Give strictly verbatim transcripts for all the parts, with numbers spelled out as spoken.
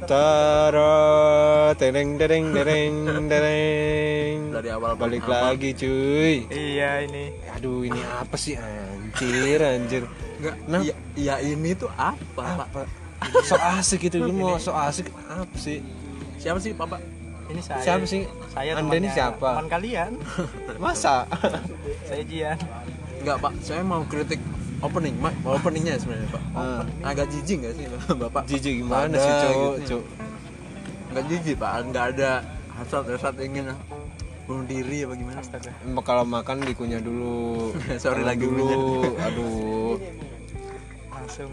Tara, tereng tereng tereng tereng. Dari awal balik lagi cuy. Iya ini. Aduh ini apa sih anjir anjir. Enggak. Nah, ya, ya ini tuh apa, apa? So asik gitu lu mau so asik apa sih? Siapa sih Papa? Ini saya. Siapa sih? Saya Anda ini temannya- siapa? Teman kalian. Masa? Saya Jian. Enggak Pak, saya mau kritik opening, Mak. Openingnya sebenarnya Pak. Ah. Agak jijik nggak sih Bapak? Jijik gimana Ada sih cowok? gitu. Cowok. Nggak jijik Pak, nggak ada hasrat-hasrat ingin bunuh diri apa gimana? Astaga. Kalau makan dikunyah dulu. Sorry Kalau lagi dulu. kunyah. Aduh. Langsung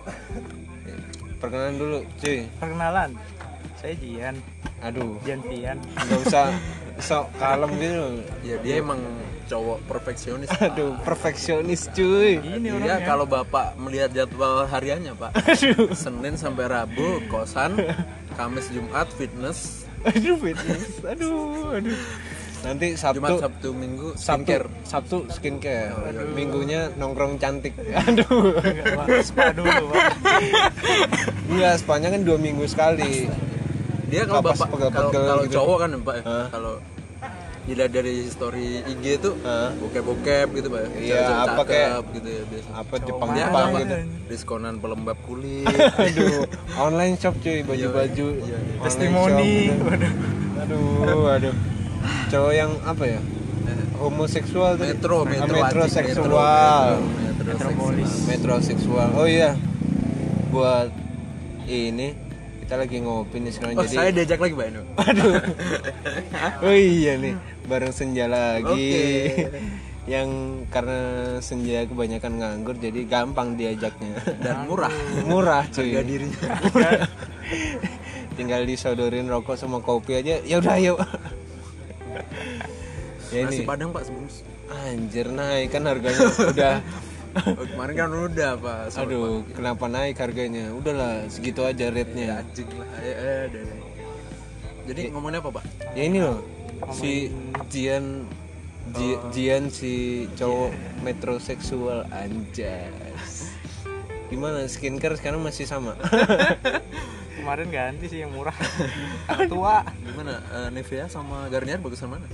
Perkenalan dulu, cuy. perkenalan. Saya Jian, Aduh. Jian Tian. Enggak usah sok kalem gitu. Ya dia emang cowok perfeksionis. Aduh, perfeksionis cuy. Ini Iya, orangnya. kalau Bapak melihat jadwal hariannya, Pak. Senin sampai Rabu kosan, Kamis Jumat fitness, Aduh, fitness. Aduh, aduh. Nanti Sabtu Jumat Sabtu Minggu Sabtu skincare. Sabtu skincare. Aduh. Minggunya nongkrong cantik. Aduh. Enggak, Pak. Spa dulu, Pak. Enggak, spanya kan dua minggu sekali. Dia kalau Kapas Bapak kalau pegel-pegel kalau gitu. cowok kan Pak, ya, Hah? kalau dilihat dari story I G tuh Hah? bokep-bokep gitu Pak. Iya, Cewek-cewek apa cakep kayak- gitu ya biasa. Apa Cowok Jepang-Jepang mana? gitu. Diskonan pelembab kulit. Aduh, online shop cuy, baju-baju. Iya, iya. Online Testimoni. shop. Waduh. Aduh, aduh. Cowok yang apa ya? Homoseksual tadi. Metro, Ah, metro, metroseksual. Metro, Metropolis. Metroseksual. Oh iya. Buat ini kita lagi ngopi nih sekarang Oh, jadi. saya diajak lagi Pak Eno. Aduh. Oh iya nih, bareng senja lagi. Oke. Yang karena senja kebanyakan nganggur jadi gampang diajaknya. Dan murah. Murah cuy. Harga dirinya. Tinggal disodorin rokok sama kopi aja. Ya udah yuk. Ya Nasi ini. Padang Pak sebelum. Anjir naik kan harganya udah. Oh, kemarin kan udah Pak. Sama Aduh, kenapa naik harganya? Udahlah, segitu aja Pak. rate-nya. Anjing lah. Eh, eh, deh, deh. Jadi ngomongnya apa Pak? Ya ini loh. Si Jian Ji- Jian si cowok metroseksual anjas. Gimana skincare sekarang masih sama? Kemarin ganti sih yang murah. Tua. Gimana? Eh, Nivea sama Garnier bagusan mana?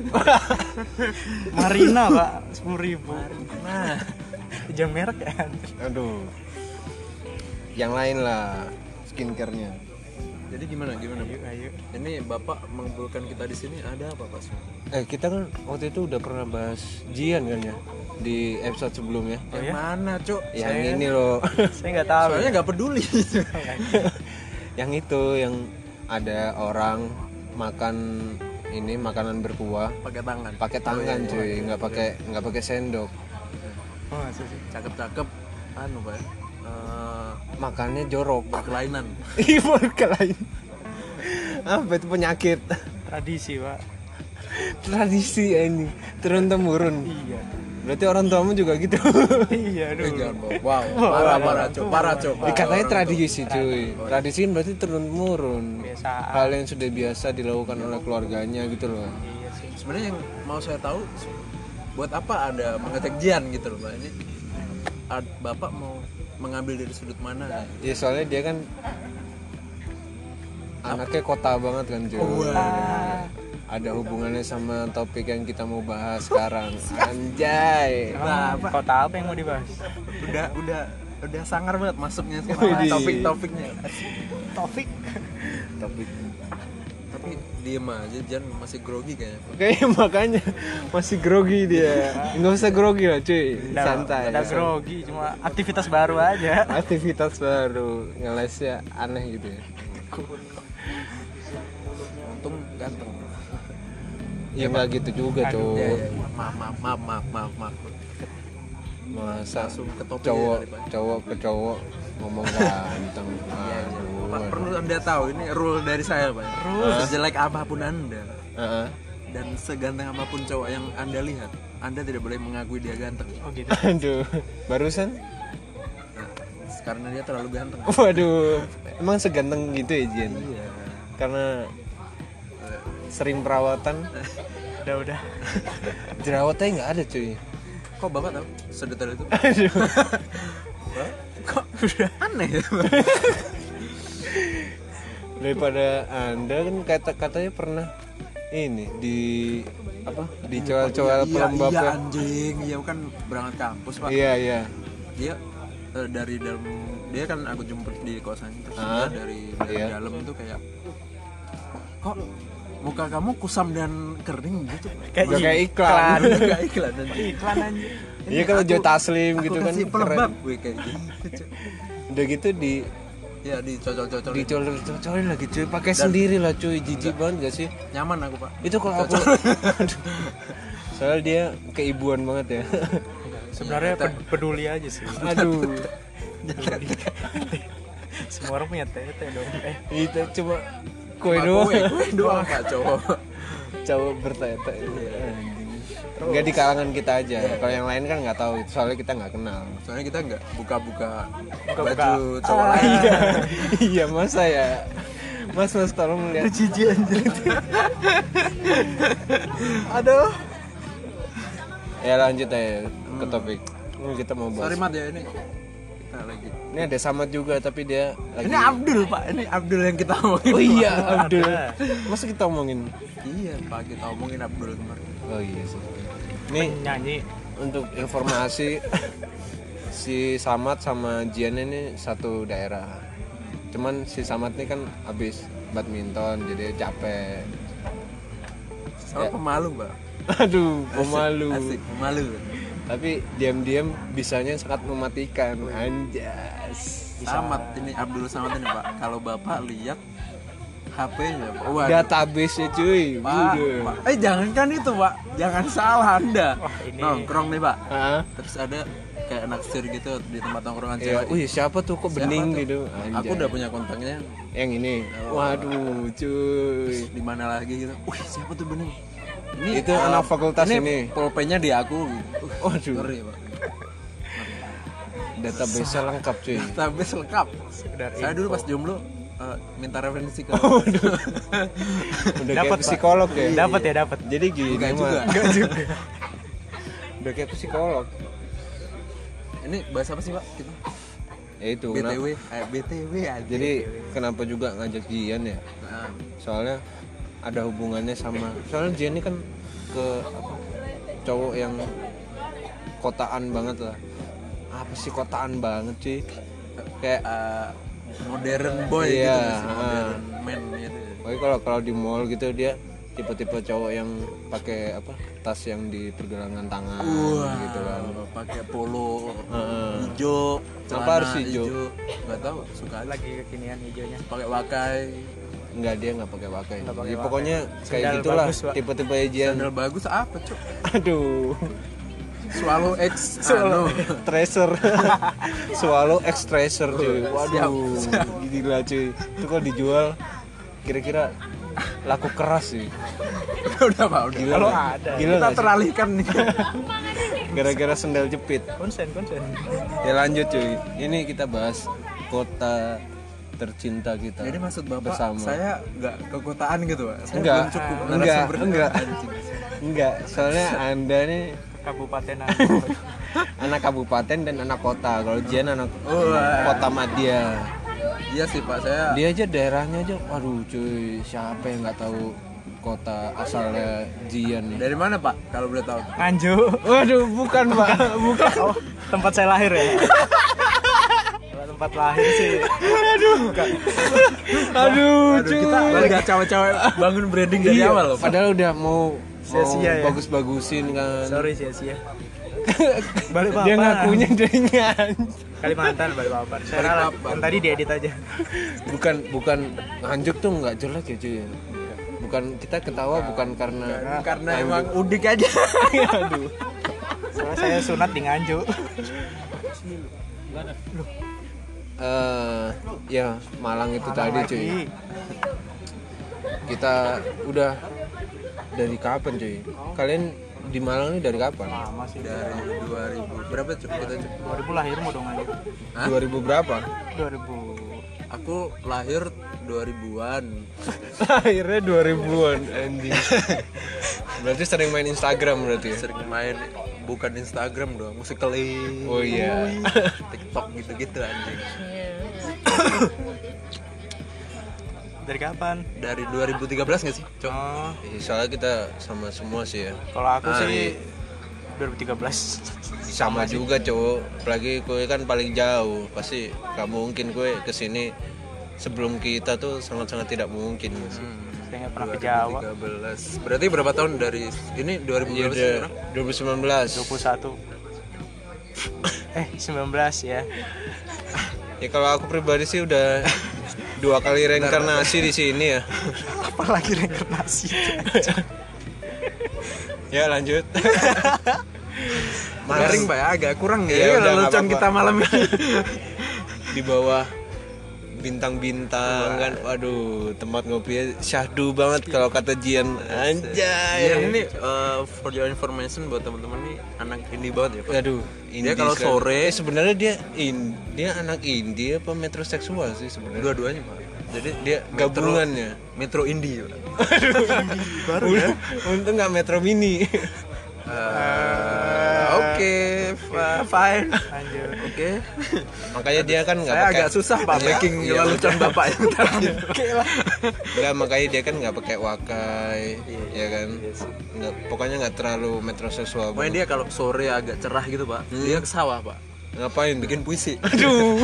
Marina, Pak. sepuluh ribu. Nah, Jam merek ya. Aduh. Yang lain lah skincare-nya. jadi gimana gimana Ayo, Pak? ayo. Ini Bapak mengumpulkan kita di sini ada apa Pak? Eh kita kan waktu itu udah pernah bahas Jian kan ya di episode sebelumnya. Yang ya? mana, Cuk? Yang Saya- ini loh. Saya nggak tahu. Soalnya ya. nggak peduli. Yang itu yang ada orang makan ini makanan berkuah Pakai tangan. pakai tangan cuy, nggak pakai nggak pakai sendok. Oh, masa sih? Cakep-cakep anu Pak. Eh, Makannya jorok. kelainan. Iya lain. Apa itu penyakit? Tradisi, Pak. Tradisi ya ini turun temurun. Iya. Berarti orang tuamu juga gitu. Iya, Eh, dulu. jangan Pak. Wow, parah parah, Cuk. Parah, Cuk. Eh, katanya tradisi cuy. Tradisi kan berarti turun temurun. Kebiasaan. Hal yang sudah biasa dilakukan oleh keluarganya gitu loh. Iya sih. Sebenarnya yang mau saya tahu buat apa ada mengecek Jian gitu loh Pak. Ini ad- Bapak mau mengambil dari sudut mana? Ya soalnya dia kan anaknya kota banget kan cuy. Ah, Ada hubungannya sama topik yang kita mau bahas sekarang. Anjay. emang kota apa yang mau dibahas? Udah udah udah sangar banget masuknya Widih. sekarang topik-topiknya. Topik. Topik. Tapi diem aja, Jan masih grogi kayaknya. Oke makanya masih grogi dia. Nggak usah grogi lah cuy. Udah, Santai. udah grogi, cuma aktivitas baru aja. Aktivitas baru ngelesnya aneh gitu ya. Untung ganteng. Ya nggak gitu juga Aduh, tuh. Ya, ya, ya. Maaf, maaf, maaf, maaf, maaf, maaf. Masa Langsung ke topik cowok ya, Pak. cowok ke cowok ngomong ganteng. Iya, iya. Aduh, Pak, aduh. perlu Anda tahu ini rule dari saya, Pak. Rules. Sejelek apapun Anda Heeh. dan seganteng apapun cowok yang Anda lihat, Anda tidak boleh mengakui dia ganteng. Oh gitu. Aduh, barusan. Nah, karena dia terlalu ganteng. Waduh, emang seganteng gitu ya Jen? Iya. Karena sering perawatan, Udah udah. jerawatnya nggak ada cuy. Kok Bapak tahu sedetail itu? Aduh, Hah? Kok udah aneh ya? Daripada Anda kan kata katanya pernah ini di apa di cowel-cowel Iya, pelembab iya ya. anjing, iya kan berangkat kampus pak. Iya iya. Dia eh, dari dalam dia kan aku jemput di kosannya terus Ah, dia dari dari iya. dalam tuh kayak kok muka kamu kusam dan kering gitu. Kayak Udah kayak iklan. Udah kayak iklan anjing. Iklan anjir. Iya kalau Aku- Joe Taslim aku gitu kan kasih keren. pelembab gue kayak gitu. Udah gitu di Ya dicocol-cocol. dicolor-cocolin lagi cuy, pakai sendiri lah cuy, jijik banget gak sih? Nyaman aku pak. Itu kalau aku soalnya dia keibuan banget ya. Sebenarnya ped- peduli aja sih. Aduh, Semua orang punya tete dong. Eh, itu cuma kue Pak, doang. Kue, kue doang pak cowok. Cowok bertete. Enggak di kalangan kita aja. Kalau yang lain kan nggak tahu, soalnya kita nggak kenal. Soalnya kita nggak buka-buka Buka-buka. baju cowok Ah, lain. Iya, iya masa ya. Mas mas tolong lihat. jijik anjir. Aduh. Ya lanjut aja ke topik. Ini kita mau Sorry bahas. mat ya ini. Kita lagi. Ini ada Samad juga tapi dia lagi. Ini Abdul pak. Ini Abdul yang kita omongin. Oh iya Pak. Abdul. Masa kita omongin? Iya pak kita omongin Abdul kemarin. Oh iya sih. Ini Nyanyi. untuk informasi si Samad sama Jian ini satu daerah. Cuman si Samad ini kan habis badminton jadi capek. Sama Ya. pemalu pak. Aduh, pemalu. Asik pemalu. Tapi diam-diam bisanya sangat mematikan. Anjas. Samat ini Abdul Samad ini pak. Kalau bapak lihat H P-nya pak. Waduh. Database ya cuy. Pak, Buduh. Pak. Eh jangan kan itu pak. Jangan salah anda. Wah, ini- Nongkrong nih pak. Ah. Terus ada kayak naksir gitu di tempat nongkrongan Ya, cewek. wih siapa tuh kok Siapa bening tuh? gitu. Aku Anjay. udah punya kontaknya. Yang ini. Waduh, cuy. Di mana lagi gitu. Wih siapa tuh bening? Itu anak fakultas ini. Pulpennya di aku gitu. Uh, Waduh. ngeri pak. Database lengkap cuy. Database lengkap. Sekedar Saya info. dulu pas jomblo eh, minta referensi ke Udah Dapat, kayak Pak. psikolog ya. Dapat ya, dapat. Jadi gini Enggak mah. juga. Enggak juga. Udah kayak psikolog. Ini bahas apa sih pak? Kita Ya itu. B T W, kenapa- eh, B T W aja. Jadi kenapa juga ngajak Jian ya? Nah, Soalnya ada hubungannya sama. Soalnya Jian ini kan ke apa, cowok yang kotaan banget lah. Apa sih kotaan banget sih? Kayak eh, modern boy Iya, gitu nggak sih? ah. Modern man gitu. pokoknya kalau kalau di mall gitu dia tipe-tipe cowok yang pakai apa tas yang di pergelangan tangan Wah, gitu kan. pakai polo Heeh. hijau, Kenapa harus hijau? Nggak tahu, suka aja. Lagi kekinian hijaunya. Pakai wakai, Enggak, dia nggak pakai pakai. Nggak pakai Jadi pakai. pokoknya kayak Sandal gitulah bagus, Pak. tipe-tipe Jian. sandal bagus apa cuk? Aduh. Swallow X, Swallow anu. Tracer. Swallow X Tracer cuy. Siap, Waduh. Gila cuy. Itu kalau dijual kira-kira laku keras sih. Udah pak, udah. Gila. Kalau nggak? ada. Gila Kita nggak sih? teralihkan nih. Gara-gara sendal jepit. Konsen, konsen. Ya lanjut cuy. Ini kita bahas kota tercinta kita. Jadi maksud bapak, bersama. saya nggak kekotaan gitu pak? Saya Enggak. belum cukup Enggak, narasumber. enggak. Anjing. Enggak, soalnya Anda nih Kabupaten anak kabupaten dan anak kota. Kalau Jian anak Wah. kota Madya. Iya sih pak, saya Dia aja daerahnya aja, waduh cuy, siapa yang nggak tahu kota asalnya Jian? dari mana pak? Kalau boleh tahu. Nganjuk. Waduh, bukan pak, bukan. Oh, tempat saya lahir ya. Kalau tempat lahir sih. Aduh, Aduh, cuy. kita udah cawe-cawe bangun branding dari Iya, awal loh. Pak. padahal udah mau mau Sia-sia ya. bagus-bagusin kan. Sorry sia-sia. Balik Dia papan. ngakunya dengan Kalimantan, balik papan. Saya ralat. Balikpapan. Yang tadi diedit aja. bukan bukan nganjuk tuh nggak jelek ya cuy. Bukan kita ketawa bukan karena Karena nganjuk. emang udik aja. Aduh. Soalnya saya sunat di Nganjuk. Eh, ya Malang itu Malang tadi lagi. cuy. Kita udah dari kapan cuy? Kalian di Malang ini dari kapan? Lama sih. Dari dua ribu berapa cuk kita cuk? dua ribu lahirmu dong aja. Hah? dua ribu berapa? dua ribu. Aku lahir dua ribuan. Akhirnya dua ribuan anjing. Berarti sering main Instagram berarti ya? Sering main bukan Instagram dong, Musical.ly. Oh iya. TikTok gitu-gitu anjing. Dari kapan? Dari dua ribu tiga belas nggak sih, Cok? Oh, Eh, soalnya kita sama semua sih ya. kalau aku Ah, sih iya. dua ribu tiga belas. Sama juga cowok, apalagi kue kan paling jauh, pasti gak mungkin kue kesini sebelum kita tuh sangat-sangat tidak mungkin. Hmm. Saya nggak pernah ke Jawa. dua ribu tiga belas. Berarti berapa tahun dari ini dua ribu Iya berapa sih udah sekarang? dua ribu sembilan belas. dua puluh satu. Eh, sembilan belas ya. Ya kalau aku pribadi sih udah dua kali reinkarnasi di sini ya. Apalagi reinkarnasi. Ya lanjut. Garing Pak ya, agak kurang Iya, ya, udah, nggak lelucon apa-apa. kita malam ini. Di bawah bintang-bintang kan, waduh tempat ngopi syahdu banget kalau kata Jian. Anjay. Iya ini uh, for your information buat teman-teman nih anak indie banget ya Pak. Aduh, Dia indie kalau sekali. sore Eh, sebenarnya dia in, dia anak indie apa metroseksual sih sebenarnya. dua-duanya Pak. Jadi Dia gabungannya. Metro Indie Pak. Baru ya. Untung nggak metro mini. Uh, Oke, fa- fine. Lanjut. Oke. Makanya dia kan nggak Saya pakai. agak susah Pak Iya, making iya, lelucon Bapak yang tadi. Oke lah. Nggak, makanya dia kan nggak pakai wakai, Iya, ya kan. iya sih. Nggak, pokoknya nggak terlalu metroseksual. Pokoknya dia kalau sore agak cerah gitu Pak, dia ke sawah Pak, Ngapain? bikin puisi. Aduh.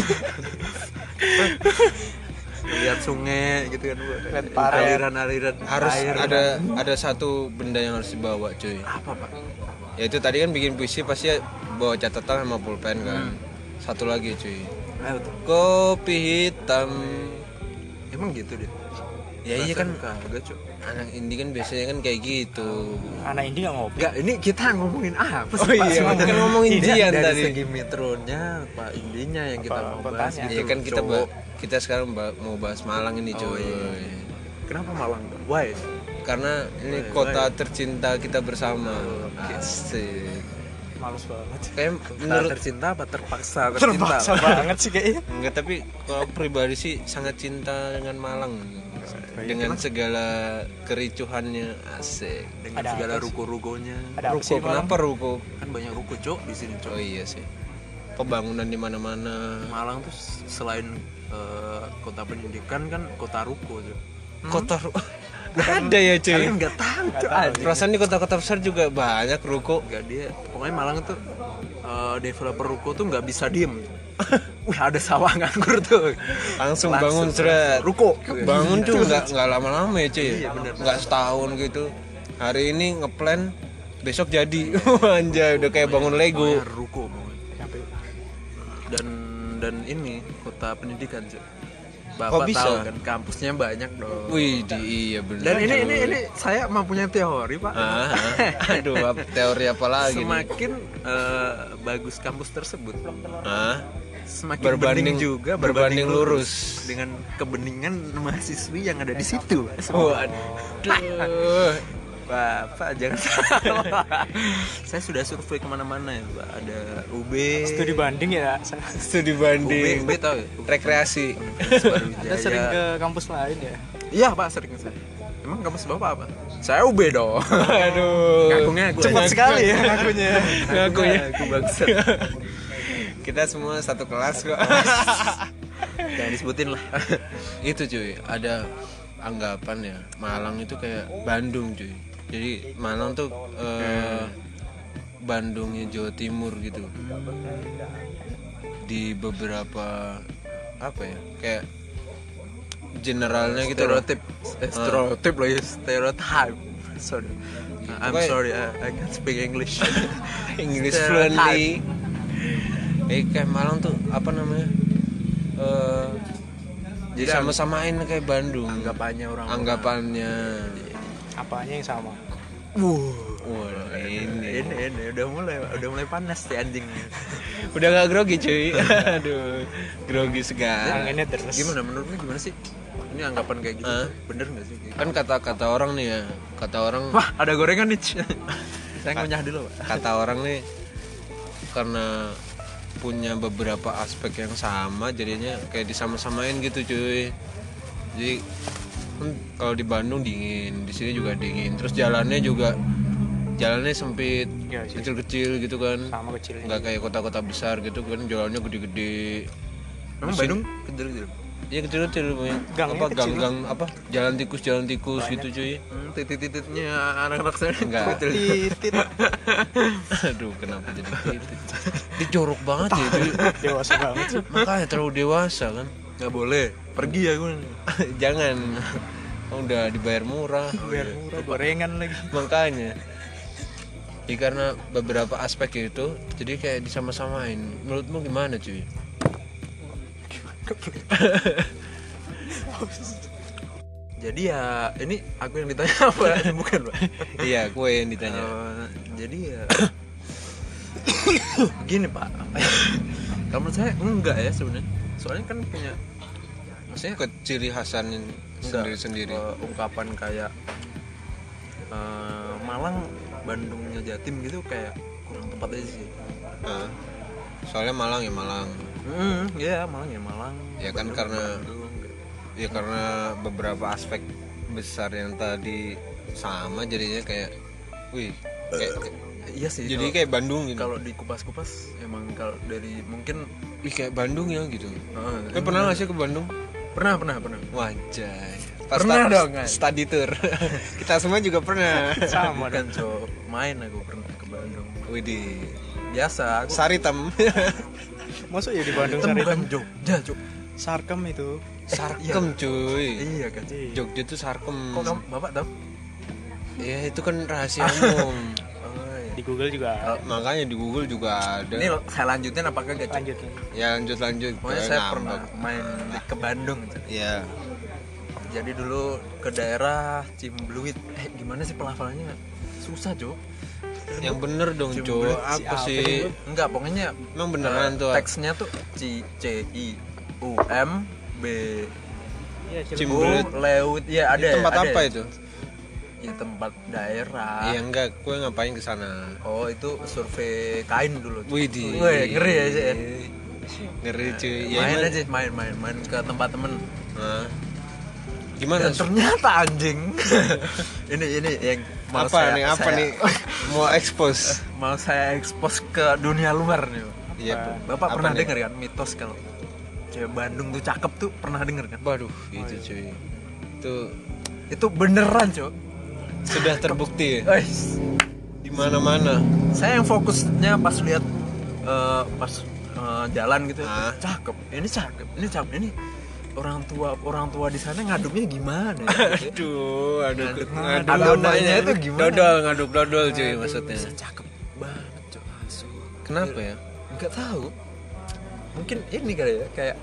Lihat sungai gitu kan Pak. Lihat paret. Aliran-aliran Harus air. ada ada satu benda yang harus dibawa, cuy. Apa Pak? Ya itu tadi kan bikin puisi pasti bawa catatan sama pulpen kan. Satu lagi, cuy. Ayo tuh. Kopi hitam. Emang gitu deh. Ya iya kan Kagak Cuk. anak indie kan biasanya kan kayak gitu. Anak ini nggak ngopi. Enggak, ini kita ngomongin apa sih Oh Pak? iya, Sebenarnya? kan ngomongin Ini Jian dari tadi. segi metronya, Pak, indinya yang kita Apa- mau apa bahas tanya? gitu. Iya kan kita cowok. ba- kita sekarang ba- mau bahas Malang ini, Oh, cuy. iya. Kenapa Malang? Pak? Why? Karena ini Why, kota why? tercinta kita bersama. Oke. Asik. Males banget. Kayak Menurut menurut tercinta apa terpaksa tercinta? Terpaksa Pak? banget sih kayaknya. enggak, tapi kalau pribadi sih sangat cinta dengan Malang. Dengan segala kericuhannya, asik. Dengan Ada segala apa sih? ruko-rukonya. Ada apa Ruko, sih di Malang? kenapa ruko? Kan banyak ruko Cok di sini Cok. Oh iya sih. Pembangunan di mana-mana. Malang tuh selain eh, kota pendidikan kan kota ruko Cok. Kota ruko. Ada ya, cuy. Kalian nggak tahu Cok. Ada. Perasaan di kota-kota besar juga banyak ruko. Nggak dia. Pokoknya Malang tuh eh, developer ruko tuh nggak bisa diem. Wih ada sawah nganggur tuh. Langsung bangun seret. Ruko. Bangun tuh nggak nggak lama-lama ya, cuy. Iya, bener. Nggak setahun gitu. Hari ini ngeplan, besok jadi. Anjay, udah kayak bangun Lego. Pokoknya ruko pokoknya. Dan dan ini kota pendidikan Cok. Kok Bapak bisa? tahu kan kampusnya banyak dong. Wih, di, iya bener. Dan ini cuy. ini ini saya mempunyai teori Pak. Ah, ah. Aduh, apa- teori apa lagi nih? Semakin eh, bagus kampus tersebut, Ah, semakin Berbanding- bening juga berbanding lurus. dengan kebeningan mahasiswi yang ada di situ. Pak. waduh. Bapak jangan salah. Saya sudah survei kemana-mana ya Pak. Ada U B, Studi banding ya. Studi U B, banding, U B tahu ya? rekreasi. Kita sering ke kampus lain ya. Iya Pak sering saya. Emang kampus Bapak apa? Saya U B dong. Aduh. Ngakungnya gue. Cepat sekali ya ngakunya. Ngaku ya. Aku bangsat. Kita semua satu kelas kok. Jangan disebutin lah. Itu cuy, ada anggapan ya Malang itu kayak Bandung cuy. Jadi Malang tuh eh, Bandungnya Jawa Timur gitu. Di beberapa apa ya kayak generalnya gitu loh. Stereotip, eh, stereotip loh ya, stereotype. Sorry, I'm Pokoknya- sorry, I, I can't speak English. English Stereotype. fluently. Eh kayak Malang tuh apa namanya? Eh Jadi sama-samain kayak Bandung. Anggapannya orang. Anggapannya. Apanya yang sama? Wuh, Wah, ini. ini ini udah mulai, udah mulai panas si anjing. Udah gak grogi cuy. Aduh, grogi sekali. Anginnya terus. Gimana menurutmu gimana sih? Ini anggapan kayak gitu, Hah? tuh, bener nggak sih? Kayak gitu? Kan kata-kata orang nih ya, kata orang Wah, ada gorengan nih. Saya ngunyah dulu, Pak. kata orang nih karena punya beberapa aspek yang sama jadinya kayak disama-samain gitu cuy. Jadi kan kalau di Bandung dingin, di sini juga dingin. Terus jalannya juga jalannya sempit, Iya sih. kecil-kecil gitu kan. Sama kecilnya. Nggak kayak kota-kota besar gitu kan jalannya gede-gede. Emang Di sini- Bandung kecil gitu. Ya kecil-kecil punya Gangnya apa kecil. gang-gang apa jalan tikus jalan tikus gitu cuy. Hmm, titit-tititnya anak-anak saya Enggak. betul. Titit Aduh kenapa jadi titit? Dia jorok banget ya cuy. dewasa banget sih. Makanya terlalu dewasa kan. Nggak boleh. Pergi ya gue. Jangan. Udah dibayar murah. Biar murah gorengan lagi. Makanya. Ya karena beberapa aspek itu jadi kayak disama-samain. Menurutmu gimana cuy? Jadi ya ini aku yang ditanya apa? Bukan, Pak. Iya, gue yang ditanya. Eh, jadi ya gini Pak, apa ya? Kalau menurut saya enggak ya sebenarnya. Soalnya kan punya maksudnya Ke ciri khasan enggak, sendiri-sendiri. eh, ungkapan kayak eh, Malang, Bandungnya Jatim gitu kayak kurang tepat aja sih. Nah, soalnya Malang ya Malang. Hmm, ya Malang ya Malang. Ya kan Bandung, karena- Bandung, gitu. Ya karena beberapa aspek besar yang tadi sama jadinya kayak wih kayak, kayak- Iya sih. jadi kalau- kayak Bandung gitu. kalau dikupas-kupas emang kalau dari mungkin Wih kayak Bandung ya gitu. eh, Eh pernah gak sih ke Bandung? pernah pernah pernah. Wajay. Pernah sta- dong, kan? Study tour. Kita semua juga pernah. Sama Bukan cok, main aku pernah ke Bandung. Widih. Biasa aku Saritem. Masuk ya di Bandung Itu Sari bukan Jogja cok. Sarkem itu. Sarkem cuy. Iya kan. Jogja tuh Sarkem. Kok kamu bapak tahu? Ya itu kan rahasia umum. Oh, iya. Di Google juga ada. Makanya di Google juga ada. Ini saya lanjutin apa kagak Cok? Lanjut lagi. Ya lanjut lanjut. Pokoknya Gue saya ngambek. pernah main di, ke Bandung Cok. Ya. Jadi dulu ke daerah Cimbluit. Eh gimana sih pelafalannya? Susah Cok. Yang bener dong, Cimbluit, Cok. Apa si sih? Enggak, pokoknya Emang beneran eh, tuh. teksnya tuh C C I U M B Iya, Cimbluit. U Leut. Ya ada. Itu tempat ada. apa itu? Ya tempat daerah. Iya enggak, gue ngapain ke sana? Oh itu survei kain dulu. Cok. Wih di. Wih, ngeri ya sih. ya. Ngeri cuy. Ya, main emang- aja, main main main ke tempat temen. Nah. Gimana? Dan ternyata anjing. ini ini yang mau Apa saya, nih? Apa saya- nih? Mau expose? Mau saya expose ke dunia luar nih. Pak. Iya. Bapak Apa pernah nih? dengar kan mitos kalau cewek Bandung tuh cakep tuh pernah denger kan? Waduh, itu cuy. Itu Itu beneran, Cok. sudah terbukti ya Guys, di mana-mana. saya yang fokusnya pas lihat eh, pas eh, jalan gitu, Ah. cakep. Ini cakep, ini cakep, ini orang tua orang tua di sana ngaduknya gimana ya? gitu ya. Aduh, aduk ngaduk Adonannya itu gimana? Dodol, ngaduk dodol cuy maksudnya. Bisa cakep banget, Cok. Langsung. Kenapa ya? Nggak tahu. Mungkin ini kali ya, kayak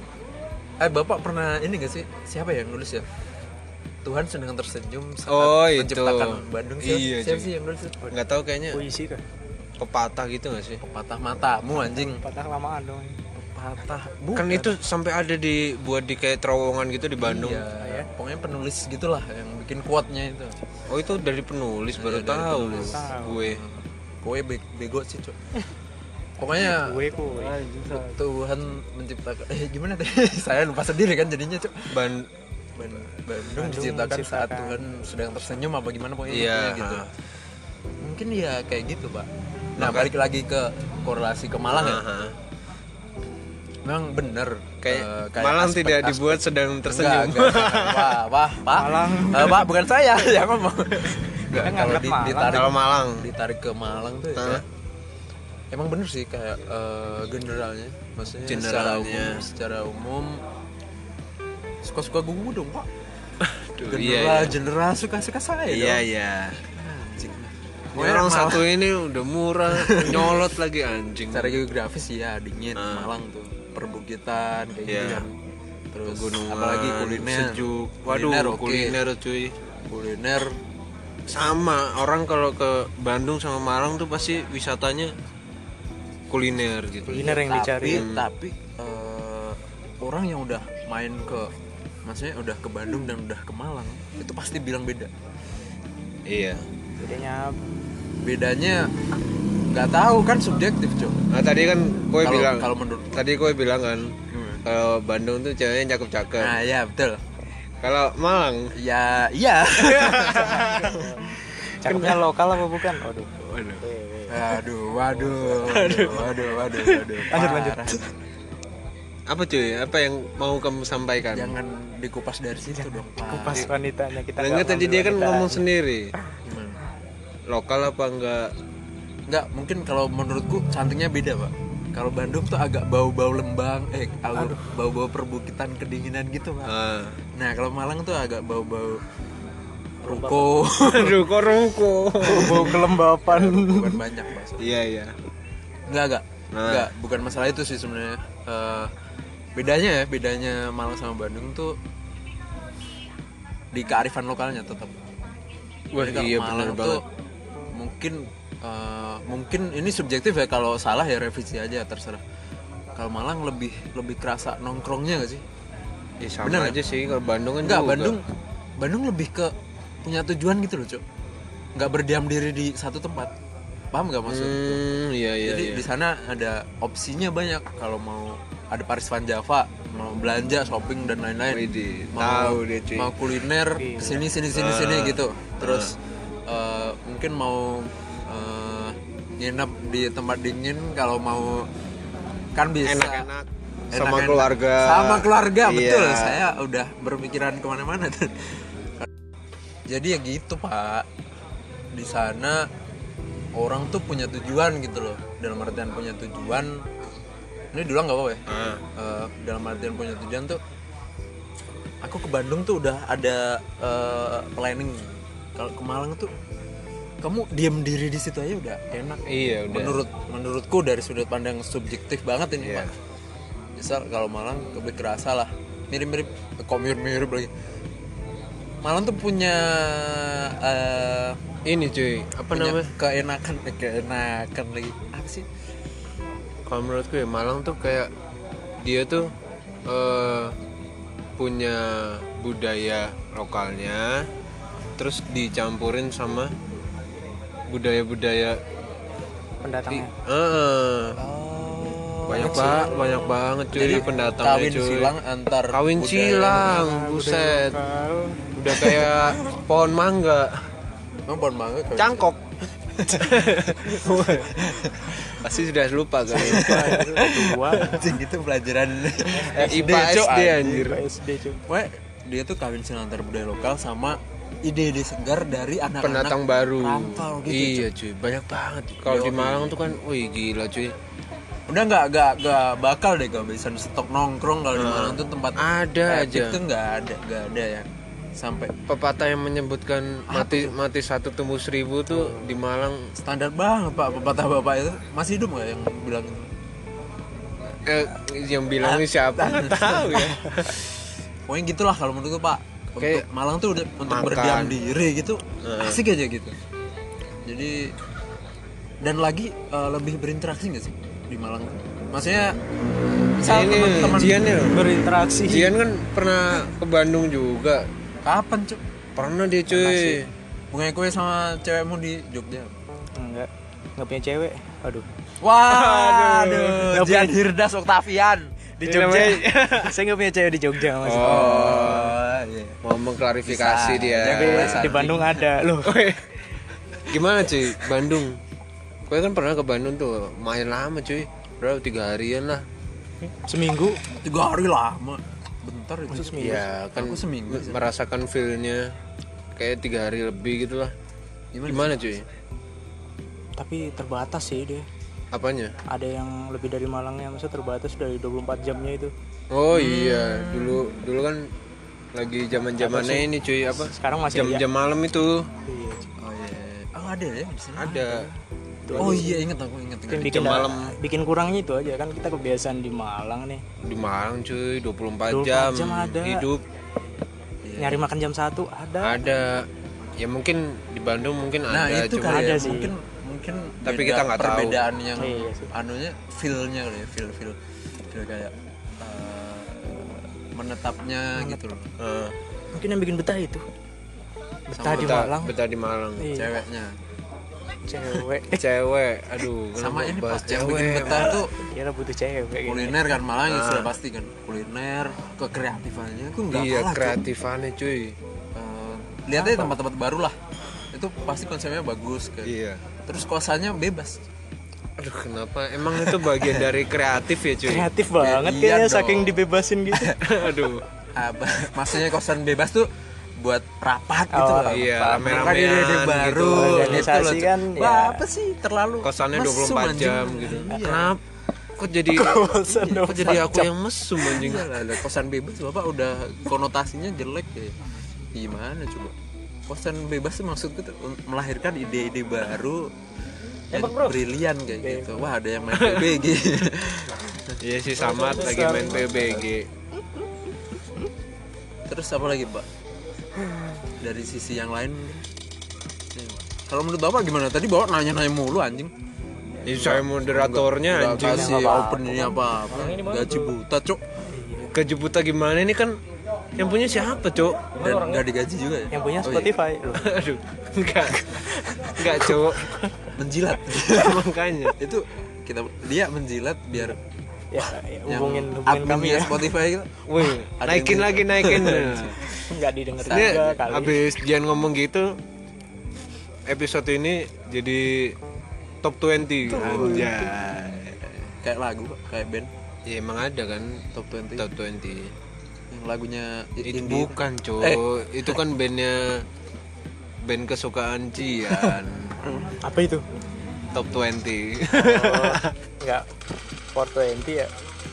eh Bapak pernah ini gak sih? Siapa yang nulis ya? Tuhan sedang tersenyum saat Oh, itu. menciptakan Bandung. Siapa, Iya, siapa cuy. sih yang nulis itu? Nggak tahu kayaknya Puisi kah? pepatah gitu nggak sih? Patah matamu anjing. Patah lamaan dong. Patah. Kan itu sampai ada di buat di kayak terowongan gitu di Bandung. Iya, ya. Pokoknya penulis gitulah yang bikin quote-nya itu. Oh itu dari penulis baru Iya, dari tahu penulis. Tahu. gue. Kowe be- bego sih, Cok. Pokoknya Gue kue. Tuhan menciptakan eh gimana tadi? Saya lupa sendiri kan jadinya, Cok. Ban Bandung, Bandung Bandung diciptakan saat menciptakan. Tuhan sedang tersenyum apa gimana pokoknya Iya. intinya gitu. Mungkin ya kayak gitu, Pak. Nah, Maka- balik lagi ke korelasi ke Malang ya. Aha. Memang bener Kayak, eh, kayak Malang aspek- tidak aspek- dibuat sedang Enggak, tersenyum. enggak, enggak. Wah, wah, Pak. Malang. Eh, Pak, bukan saya yang ngomong. Enggak, Kita kalau nganggap di- Malang. ditarik Kalau Malang, ditarik ke Malang tuh Hah? ya. Emang bener sih kayak eh, generalnya, maksudnya secara Generalnya. umum, secara umum suka-suka gue dong, Pak. Aduh, General, iya, iya. general suka-suka saya Iya dong. iya. Anjing. Ini orang satu ini udah murah, nyolot lagi anjing. Secara geografis ya dingin, Ah. Malang tuh perbukitan kayak gitu Iya. kan. Terus Pegunungan, apalagi kuliner, sejuk. Waduh, kuliner, kuliner, oke. cuy. Kuliner Sama orang kalau ke Bandung sama Malang tuh pasti wisatanya kuliner gitu. Kuliner yang tapi, dicari. tapi eh, orang yang udah main ke maksudnya udah ke Bandung dan udah ke Malang itu pasti bilang beda. Iya. Bedanya apa? Bedanya nggak tahu kan subjektif, Cok. Nah tadi kan gue Kalau- bilang, kalau menurut tadi gue bilang kan kalau Bandung tuh ceweknya cakep-cakep. nah ya betul. Kalau Malang, Ya iya. Cakepnya lokal apa bukan? Waduh. waduh. Eh, eh. Waduh, waduh, waduh, waduh, waduh. Lanjut, lanjut. Parah. Apa cuy? Apa yang mau kamu sampaikan? Jangan dikupas dari situ dong, Pak. Kupas wanitanya kita. Enggak, tadi dia kan ngomong sendiri. Gimana? Lokal apa enggak? Enggak, mungkin kalau menurutku cantiknya beda, Pak. Kalau Bandung tuh agak bau-bau lembang, eh agak bau-bau perbukitan kedinginan gitu, Pak. Ah. Nah, kalau Malang tuh agak bau-bau ruko. Aduh, kok ruko. Bau kelembapan. Bukan banyak, Pak. Iya, iya. Enggak, enggak. Nah. Enggak, bukan masalah itu sih sebenarnya. Eh, bedanya ya, bedanya Malang sama Bandung tuh di kearifan lokalnya tetap. Wah, Jadi kalau iya Malang benar tuh banget. mungkin eh, mungkin ini subjektif ya, kalau salah ya revisi aja terserah. Kalau Malang lebih lebih kerasa nongkrongnya gak sih? Ya sama Bener aja sih kalau Bandung kan Enggak, juga. Bandung Bandung lebih ke punya tujuan gitu loh, Cuk. Enggak berdiam diri di satu tempat. Paham gak maksud? Hmm, iya iya Jadi iya. di sana ada opsinya banyak. Kalau mau ada Paris Van Java, mau belanja, shopping dan lain-lain. Widih, Mau tahu dia, cuy. mau kuliner kesini sini sini sini Ah. gitu. Terus eh, mungkin mau eh, nginep di tempat dingin, kalau mau kan bisa Enak-enak sama Enak-enak. keluarga. Sama keluarga, Iya. betul. Saya udah berpikiran kemana-mana tuh. Jadi ya gitu, Pak. Di sana orang tuh punya tujuan gitu loh. Dalam artian punya tujuan. Ini dulu nggak apa-apa ya. Ah. Eh, dalam artian punya tujuan tuh, aku ke Bandung tuh udah ada eh, planning. Kalau ke Malang tuh kamu diam diri di situ aja udah enak. Iya, udah. Menurut menurutku dari sudut pandang subjektif banget ini, Iya. Pak. Misal kalau Malang lebih kerasa lah, mirip-mirip, kok mirip-mirip lagi. Malang tuh punya eh, Ini cuy, apa punya namanya? keenakan, eh, keenakan lagi apa sih? Kalau menurutku ya Malang tuh kayak dia tuh eh, punya budaya lokalnya, terus dicampurin sama budaya-budaya Pendatangnya. eh Oh, banyak banget, banyak banget cuy. Jadi pendatangnya kawin cuy. silang antar Kawin budaya. silang, buset. Udah kayak pohon mangga, Emang pohon mangga kawin cangkok. Pasti sudah lupa kan. Dua. silang. Itu pelajaran I P A S D Cok, anjir. S D cuy. Weh, dia tuh kawin silang antar budaya lokal sama ide-ide segar dari anak-anak Pendatang baru. rantau gitu. Iya Cok. cuy, banyak banget. Kalau di Malang tuh kan, wih gila cuy. Udah nggak nggak nggak bakal deh kehabisan stok nongkrong kalau di Malang tuh tempat Ada epic aja. tuh nggak ada nggak ada ya sampai Pepatah yang menyebutkan mati mati satu tumbuh seribu tuh di Malang. standar banget, Pak. Pepatah bapak itu masih hidup nggak yang bilang itu? Eh, yang bilangnya siapa nggak tahu ya. Pokoknya gitulah kalau menurutku, Pak. Untuk Kayak Malang tuh udah untuk makan. berdiam diri gitu asik aja gitu. Jadi dan lagi eh, lebih berinteraksi nggak sih di Malang? Maksudnya misal Ini teman-teman Jian ya. Berinteraksi. Jian kan pernah ke Bandung juga. kapan, Cuk? Pernah dia cuy. Bukannya kue sama cewekmu di Jogja? Enggak. Enggak punya cewek. Aduh. Wah, aduh, Nggak Jian punya- Hirdas Octavian Di Jogja. Saya enggak punya cewek di Jogja, Mas. Oh, iya. Mau mengklarifikasi Bisa. dia. Jangan Tapi di Bandung ada loh. Gimana cuy? Bandung. Gue kan pernah ke Bandung tuh, main lama cuy. Berapa tiga harian lah. Seminggu. Tiga hari lama. Bentar itu. seminggu. Ya kan Aku seminggu me- sih. merasakan feel-nya kayak tiga hari lebih gitu lah. Gimana? Gimana cuy? Tapi terbatas sih dia. Apanya? Ada yang lebih dari Malangnya, masa terbatas dari dua puluh empat jamnya itu. Oh iya, dulu dulu kan lagi zaman-zamannya ini cuy apa? Sekarang masih Jam-jam malam itu Iya. Oh iya. Oh ada ya di sana. ada. Oh iya, ingat aku ingat Yang ingat. bikin jam malam. bikin kurangnya itu aja kan kita kebiasaan di Malang nih. Di Malang cuy, dua puluh empat dua puluh jam, empat jam ada. hidup Nyari makan jam satu ada. ada. Ya mungkin di Bandung mungkin Nah, ada itu cuma kali ada ya. sih. Mungkin mungkin Tapi beda kita nggak tahu. perbedaan yang Iya sih. anunya feel-nya kali ya, feel feel feel kayak eh, menetapnya gitu loh. Eh, Mungkin yang bikin betah itu. Betah di betah, Malang. betah di Malang. Iya. Ceweknya. Cewek. Cewek, aduh. Sama kenapa ini bahas Pak, yang bikin betah tuh Kira butuh cewek gitu. kuliner kan, Malang ya sudah pasti kan. Kuliner, kekreatifannya aku nggak Iya, kalah. Cuk. kreatifannya cuy. Eh, lihat aja tempat-tempat baru lah. Itu pasti konsepnya bagus kan. Iya. Terus kosannya bebas. Aduh kenapa? Emang itu bagian dari kreatif ya cuy? Kreatif banget Iya kayaknya dong. saking dibebasin gitu. Aduh. Apa? Maksudnya kosan bebas tuh buat rapat gitu Oh, loh. iya, Menemukan rame-ramean ide-ide gitu. baru. Organisasi Gitu loh. kan, Wah, ya. apa sih terlalu Kosannya dua puluh mesum, empat anjing. jam gitu. Iya. Kenapa? Kok jadi Kosan kok jadi aku yang mesum anjing? Iya lah, ada kosan bebas Bapak udah konotasinya jelek ya. Gimana coba? Kosan bebas tuh maksudku tuh un- melahirkan ide-ide baru yang Tembak, bro. brilian kayak gitu. Wah, ada yang main P B G. Iya sih Samad lagi main P B G. Terus apa lagi, Pak? Dari sisi yang lain mungkin. Ya, kalau menurut Bapak gimana? Tadi Bapak nanya-nanya mulu anjing. Ini saya moderatornya Nggak anjing. kasih Nggak apa-apa. open ini apa-apa. Gaji buta, Cok. Kejubuta gimana ini kan yang punya siapa, Cok? Dan nggak digaji juga ya? Yang punya Oh, iya. Spotify. Loh. Aduh, enggak. Enggak, Cok. Menjilat. Makanya. Itu kita dia menjilat biar Ya, ya, yang hubungin hubungin kami adminnya ya. Spotify gitu. Wih, Ada naikin yang- lagi, naikin. Enggak didengar Ini juga kali. habis Jian ngomong gitu, episode ini jadi top dua puluh. Anjay. Kayak lagu, Pak, kayak band Ya emang ada kan top dua puluh. top dua puluh. Yang lagunya Itu indie. bukan, Cok. Eh. Itu kan bandnya band kesukaan Jian. Apa itu? Top dua puluh. Oh, enggak four twenty ya.